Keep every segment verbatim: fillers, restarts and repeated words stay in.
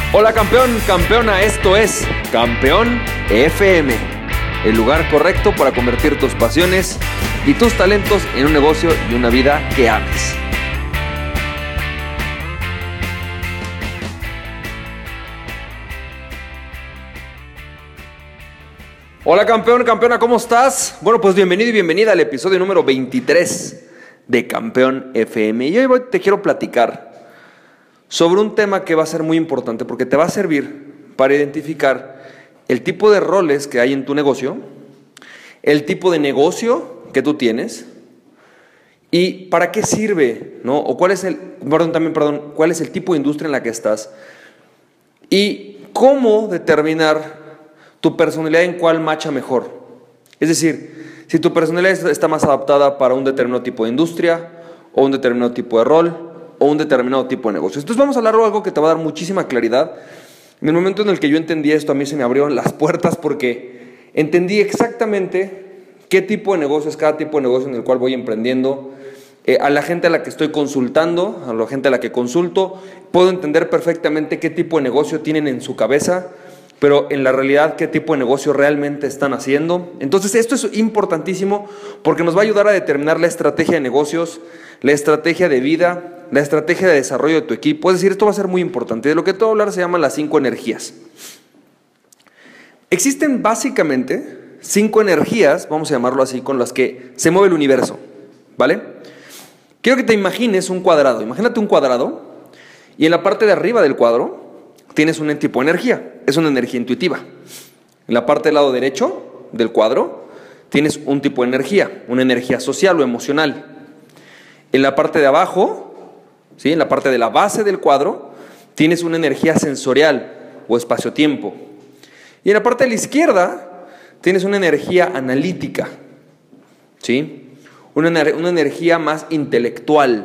Hola campeón, campeona, esto es Campeón F M, el lugar correcto para convertir tus pasiones y tus talentos en un negocio y una vida que ames. Hola campeón, campeona, ¿cómo estás? Bueno, pues bienvenido y bienvenida al episodio número veintitrés de Campeón F M. Y hoy te quiero platicar sobre un tema que va a ser muy importante porque te va a servir para identificar el tipo de roles que hay en tu negocio, el tipo de negocio que tú tienes y para qué sirve, ¿no? O cuál es el, perdón, también, perdón, cuál es el tipo de industria en la que estás y cómo determinar tu personalidad en cuál macha mejor. Es decir, si tu personalidad está más adaptada para un determinado tipo de industria o un determinado tipo de rol o un determinado tipo de negocio. Entonces vamos a hablar de algo que te va a dar muchísima claridad. En el momento en el que yo entendí esto, a mí se me abrieron las puertas porque entendí exactamente qué tipo de negocio es cada tipo de negocio en el cual voy emprendiendo. Eh, a la gente a la que estoy consultando, a la gente a la que consulto, puedo entender perfectamente qué tipo de negocio tienen en su cabeza, pero en la realidad qué tipo de negocio realmente están haciendo. Entonces esto es importantísimo porque nos va a ayudar a determinar la estrategia de negocios, la estrategia de vida, la estrategia de desarrollo de tu equipo. Es decir, esto va a ser muy importante. De lo que te voy a hablar se llaman las cinco energías. Existen básicamente cinco energías, vamos a llamarlo así, con las que se mueve el universo, ¿vale? Quiero que te imagines un cuadrado. Imagínate un cuadrado y en la parte de arriba del cuadro tienes un tipo de energía. Es una energía intuitiva. En la parte del lado derecho del cuadro tienes un tipo de energía, una energía social o emocional. En la parte de abajo, ¿sí? En la parte de la base del cuadro, tienes una energía sensorial o espacio-tiempo. Y en la parte de la izquierda, tienes una energía analítica, ¿sí? Una, una energía más intelectual.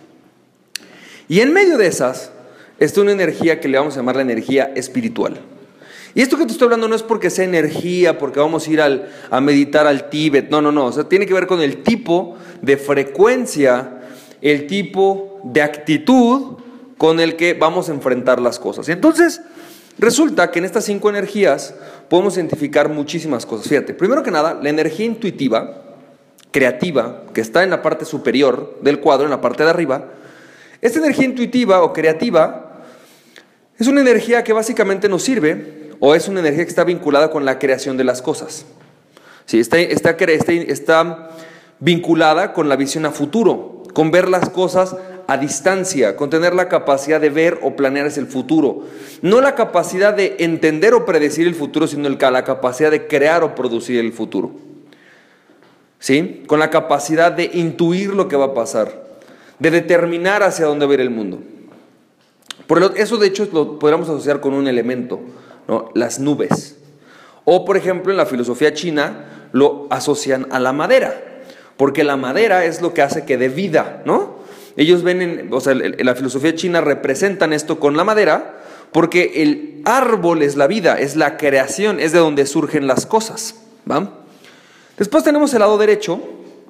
Y en medio de esas, está una energía que le vamos a llamar la energía espiritual. Y esto que te estoy hablando no es porque sea energía, porque vamos a ir al, a meditar al Tíbet, no, no, no, o sea, tiene que ver con el tipo de frecuencia, el tipo de actitud con el que vamos a enfrentar las cosas. Y entonces, resulta que en estas cinco energías podemos identificar muchísimas cosas. Fíjate, primero que nada, la energía intuitiva, creativa, que está en la parte superior del cuadro, en la parte de arriba, esta energía intuitiva o creativa es una energía que básicamente nos sirve o es una energía que está vinculada con la creación de las cosas. Sí, está, está, está, está vinculada con la visión a futuro, con ver las cosas a distancia, con tener la capacidad de ver o planear hacia el futuro. No la capacidad de entender o predecir el futuro, sino la capacidad de crear o producir el futuro. ¿Sí? Con la capacidad de intuir lo que va a pasar, de determinar hacia dónde va a ir el mundo. Por eso, de hecho, lo podríamos asociar con un elemento, ¿no? Las nubes. O, por ejemplo, en la filosofía china lo asocian a la madera, porque la madera es lo que hace que dé vida, ¿no? Ellos ven, en, o sea, en la filosofía china representan esto con la madera, porque el árbol es la vida, es la creación, es de donde surgen las cosas, ¿va? Después tenemos el lado derecho,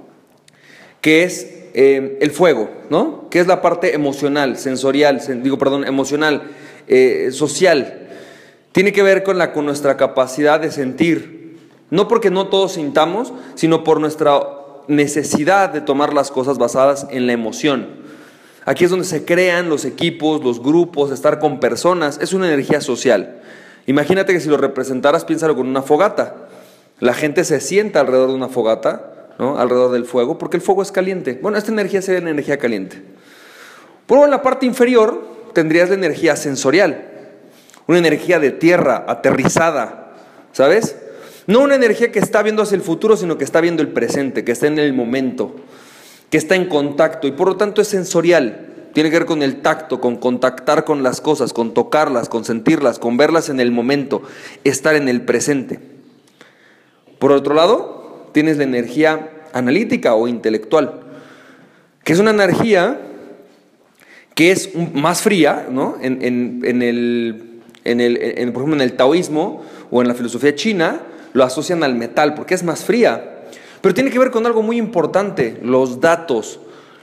que es Eh, el fuego, ¿no? Que es la parte emocional, sensorial, sen, digo, perdón, emocional, eh, social. Tiene que ver con, la, con nuestra capacidad de sentir. No porque no todos sintamos, sino por nuestra necesidad de tomar las cosas basadas en la emoción. Aquí es donde se crean los equipos, los grupos, estar con personas. Es una energía social. Imagínate que si lo representaras, piénsalo con una fogata. La gente se sienta alrededor de una fogata, ¿no? Alrededor del fuego, porque el fuego es caliente. Bueno, esta energía sería una energía caliente. Por en la parte inferior tendrías la energía sensorial, una energía de tierra, aterrizada, ¿sabes? No una energía que está viendo hacia el futuro, sino que está viendo el presente, que está en el momento, que está en contacto y por lo tanto es sensorial. Tiene que ver con el tacto, con contactar con las cosas, con tocarlas, con sentirlas, con verlas en el momento, estar en el presente. Por otro lado, tienes la energía analítica o intelectual, que es una energía que es más fría, ¿no? En, en, en el, en el, en, por ejemplo, en el taoísmo o en la filosofía china lo asocian al metal porque es más fría, pero tiene que ver con algo muy importante, los datos,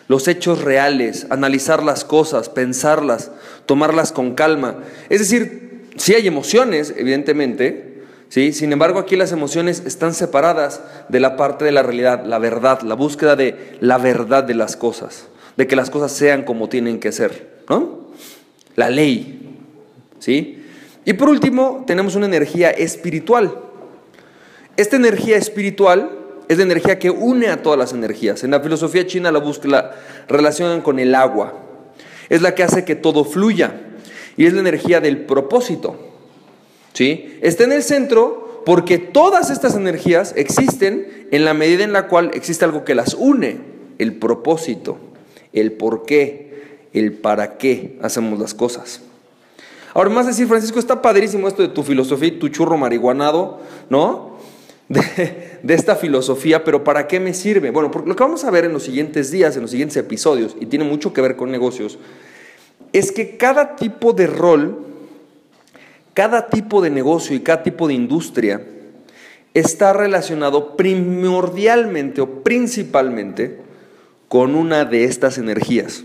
los hechos reales, analizar las cosas, pensarlas, tomarlas con calma. Es decir, sí hay emociones, evidentemente, ¿sí? Sin embargo, aquí las emociones están separadas de la parte de la realidad, la verdad, la búsqueda de la verdad de las cosas, de que las cosas sean como tienen que ser, ¿no? La ley, ¿sí? Y por último, tenemos una energía espiritual. Esta energía espiritual es la energía que une a todas las energías. En la filosofía china la, busca, la relacionan con el agua. Es la que hace que todo fluya. Y es la energía del propósito, ¿sí? Está en el centro porque todas estas energías existen en la medida en la cual existe algo que las une. El propósito, el por qué, el para qué hacemos las cosas. Ahora, más decir, Francisco, está padrísimo esto de tu filosofía y tu churro marihuanado, ¿no? De, de esta filosofía, pero ¿para qué me sirve? Bueno, porque lo que vamos a ver en los siguientes días, en los siguientes episodios, y tiene mucho que ver con negocios, es que cada tipo de rol, cada tipo de negocio y cada tipo de industria está relacionado primordialmente o principalmente con una de estas energías.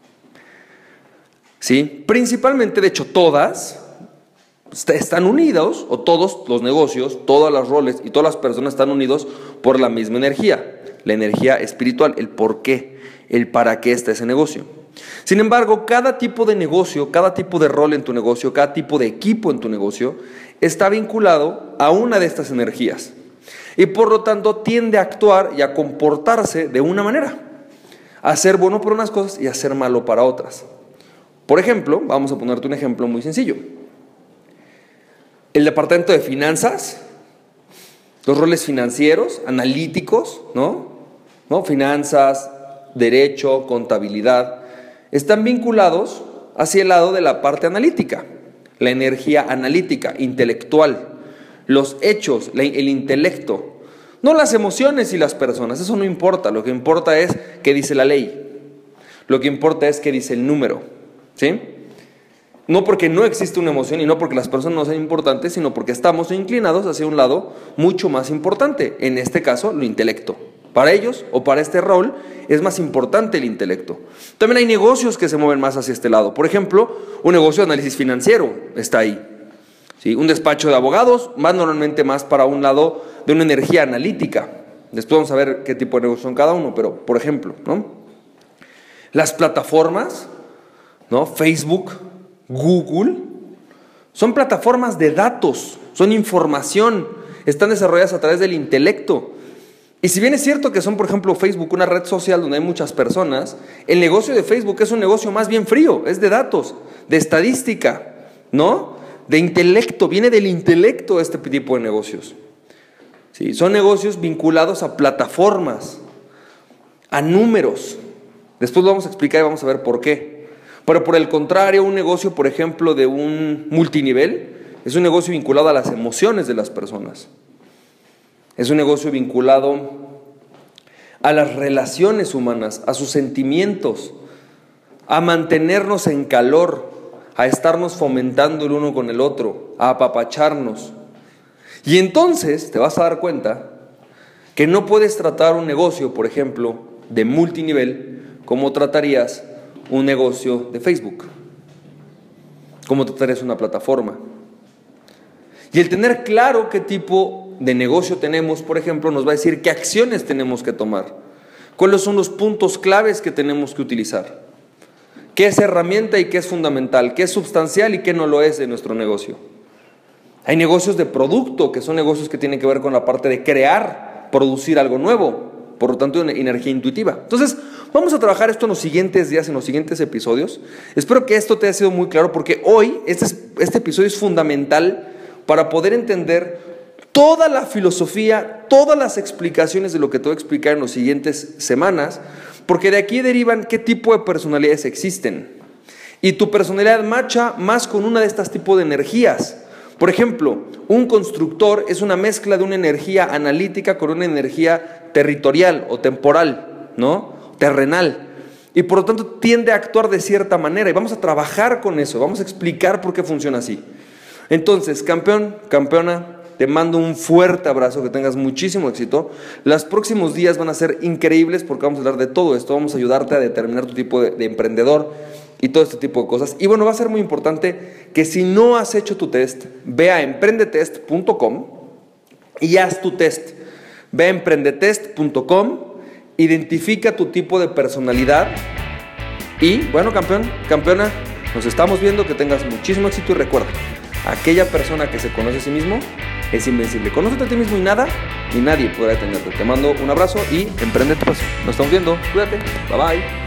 ¿Sí? Principalmente, de hecho, todas están unidos, o todos los negocios, todos los roles y todas las personas están unidos por la misma energía, la energía espiritual, el por qué, el para qué está ese negocio. Sin embargo, cada tipo de negocio, cada tipo de rol en tu negocio, cada tipo de equipo en tu negocio está vinculado a una de estas energías y por lo tanto tiende a actuar y a comportarse de una manera, a ser bueno para unas cosas y a ser malo para otras. Por ejemplo, vamos a ponerte un ejemplo muy sencillo. El departamento de finanzas, los roles financieros, analíticos, ¿no? ¿no? Finanzas, derecho, contabilidad, están vinculados hacia el lado de la parte analítica, la energía analítica, intelectual, los hechos, la, el intelecto, no las emociones y las personas, eso no importa, lo que importa es qué dice la ley, lo que importa es qué dice el número, ¿sí? No porque no existe una emoción y no porque las personas no sean importantes, sino porque estamos inclinados hacia un lado mucho más importante, en este caso, lo intelecto. Para ellos, o para este rol, es más importante el intelecto. También hay negocios que se mueven más hacia este lado. Por ejemplo, un negocio de análisis financiero está ahí, ¿sí? Un despacho de abogados va normalmente más para un lado de una energía analítica. Después vamos a ver qué tipo de negocio son cada uno, pero por ejemplo, ¿no? Las plataformas, ¿no? Facebook, Google, son plataformas de datos, son información, están desarrolladas a través del intelecto. Y si bien es cierto que son, por ejemplo, Facebook, una red social donde hay muchas personas, el negocio de Facebook es un negocio más bien frío, es de datos, de estadística, ¿no? De intelecto, viene del intelecto este tipo de negocios. Sí, son negocios vinculados a plataformas, a números. Después lo vamos a explicar y vamos a ver por qué. Pero por el contrario, un negocio, por ejemplo, de un multinivel, es un negocio vinculado a las emociones de las personas. Es un negocio vinculado a las relaciones humanas, a sus sentimientos, a mantenernos en calor, a estarnos fomentando el uno con el otro, a apapacharnos. Y entonces te vas a dar cuenta que no puedes tratar un negocio, por ejemplo, de multinivel, como tratarías un negocio de Facebook, como tratarías una plataforma. Y el tener claro qué tipo de negocio tenemos, por ejemplo, nos va a decir qué acciones tenemos que tomar, cuáles son los puntos claves que tenemos que utilizar, qué es herramienta y qué es fundamental, qué es sustancial y qué no lo es de nuestro negocio. Hay negocios de producto, que son negocios que tienen que ver con la parte de crear, producir algo nuevo, por lo tanto una energía intuitiva. Entonces, vamos a trabajar esto en los siguientes días, en los siguientes episodios. Espero que esto te haya sido muy claro, porque hoy este, es, este episodio es fundamental para poder entender toda la filosofía, todas las explicaciones de lo que te voy a explicar en las siguientes semanas, porque de aquí derivan qué tipo de personalidades existen. Y tu personalidad macha más con una de estas tipos de energías. Por ejemplo, un constructor es una mezcla de una energía analítica con una energía territorial o temporal, ¿no? Terrenal. Y por lo tanto tiende a actuar de cierta manera. Y vamos a trabajar con eso, vamos a explicar por qué funciona así. Entonces, campeón, campeona, Te mando un fuerte abrazo, que tengas muchísimo éxito. Los próximos días van a ser increíbles porque vamos a hablar de todo esto. Vamos a ayudarte a determinar tu tipo de, de emprendedor y todo este tipo de cosas. Y bueno, va a ser muy importante que si no has hecho tu test, ve a emprendetest punto com y haz tu test. Ve a emprendetest punto com, identifica tu tipo de personalidad y, bueno, campeón, campeona, nos estamos viendo, que tengas muchísimo éxito y recuerda, aquella persona que se conoce a sí mismo es invencible. Conócete a ti mismo y nada, ni nadie podrá detenerte. Te mando un abrazo y emprende tu pasión. Nos estamos viendo, cuídate, bye bye.